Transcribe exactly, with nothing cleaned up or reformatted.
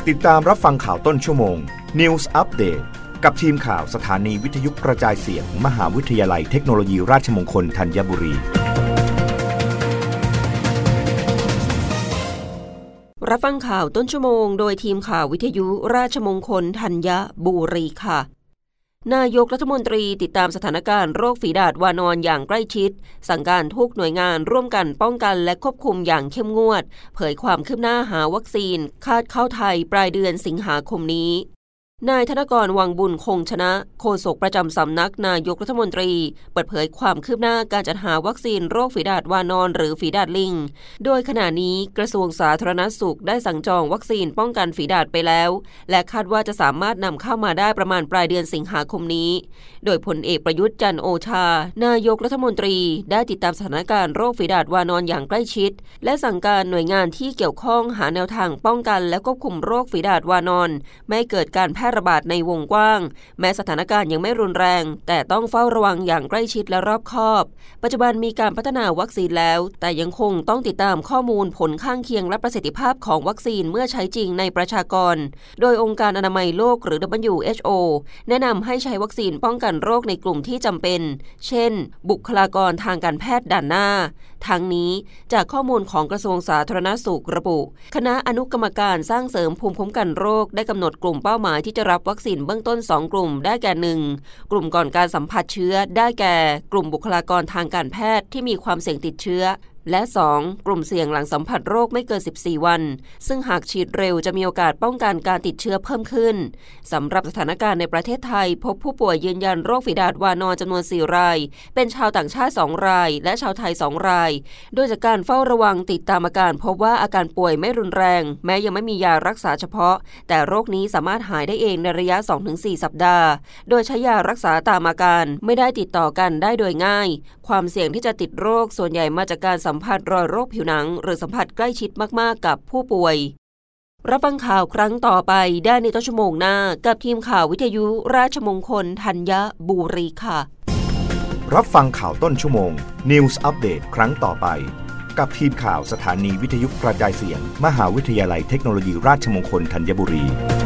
ติดตามรับฟังข่าวต้นชั่วโมง News Update กับทีมข่าวสถานีวิทยุกระจายเสียง มหาวิทยาลัยเทคโนโลยีราชมงคลธัญบุรีรับฟังข่าวต้นชั่วโมงโดยทีมข่าววิทยุราชมงคลธัญบุรีค่ะนายกรัฐมนตรีติดตามสถานการณ์โรคฝีดาษวานอนอย่างใกล้ชิดสั่งการทุกหน่วยงานร่วมกันป้องกันและควบคุมอย่างเข้มงวดเผยความคืบหน้าหาวัคซีนคาดเข้าไทยปลายเดือนสิงหาคมนี้นายธนกรวังบุญคงชนะโฆษกประจำสำนักนายกรัฐมนตรีเปิดเผยความคืบหน้าการจัดหาวัคซีนโรคฝีดาษวานอนหรือฝีดาษลิงโดยขณะนี้กระทรวงสาธารณสุขได้สั่งจองวัคซีนป้องกันฝีดาษไปแล้วและคาดว่าจะสามารถนำเข้ามาได้ประมาณปลายเดือนสิงหาคมนี้โดยพลเอกประยุทธ์จันทร์โอชานายกรัฐมนตรีได้ติดตามสถานการณ์โรคฝีดาษวานอนอย่างใกล้ชิดและสั่งการหน่วยงานที่เกี่ยวข้องหาแนวทางป้องกันและควบคุมโรคฝีดาษวานอนไม่ให้เกิดการแพร่ระบาดในวงกว้างแม้สถานการณ์ยังไม่รุนแรงแต่ต้องเฝ้าระวังอย่างใกล้ชิดและรอบคอบปัจจุบันมีการพัฒนาวัคซีนแล้วแต่ยังคงต้องติดตามข้อมูลผลข้างเคียงและประสิทธิภาพของวัคซีนเมื่อใช้จริงในประชากรโดยองค์การอนามัยโลกหรือ ดับเบิลยู เอช โอ แนะนำให้ใช้วัคซีนป้องกันโรคในกลุ่มที่จำเป็นเช่นบุคลากรทางการแพทย์ด่านหน้าทั้งนี้จากข้อมูลของกระทรวงสาธารณสุขระบุคณะอนุกรรมการสร้างเสริมภูมิคุ้มกันโรคได้กำหนดกลุ่มเป้าหมายที่จะรับวัคซีนเบื้องต้นสองกลุ่มได้แก่หนึ่งกลุ่มก่อนการสัมผัสเชื้อได้แก่กลุ่มบุคลากรทางการแพทย์ที่มีความเสี่ยงติดเชื้อและสองกลุ่มเสี่ยงหลังสัมผัสโรคไม่เกินสิบสี่วันซึ่งหากฉีดเร็วจะมีโอกาสป้องกันการติดเชื้อเพิ่มขึ้นสำหรับสถานการณ์ในประเทศไทยพบผู้ป่วยยืนยันโรคฝีดาษวานอนจำนวนสี่รายเป็นชาวต่างชาติสองรายและชาวไทยสองรายโดยจากการเฝ้าระวังติดตามอาการพบว่าอาการป่วยไม่รุนแรงแม้ยังไม่มียารักษาเฉพาะแต่โรคนี้สามารถหายได้เองในระยะ สองถึงสี่ สัปดาห์โดยใช้ยารักษาตามอาการไม่ได้ติดต่อกันได้โดยง่ายความเสี่ยงที่จะติดโรคส่วนใหญ่มาจากการสัมผัสรอยโรคผิวหนังหรือสัมผัสใกล้ชิดมากๆกับผู้ป่วยรับฟังข่าวครั้งต่อไปได้ในต้นชั่วโมงหน้ากับทีมข่าววิทยุราชมงคลธัญบุรีค่ะรับฟังข่าวต้นชั่วโมง News Update ครั้งต่อไปกับทีมข่าวสถานีวิทยุกระจายเสียงมหาวิทยาลัยเทคโนโลยีราชมงคลธัญบุรี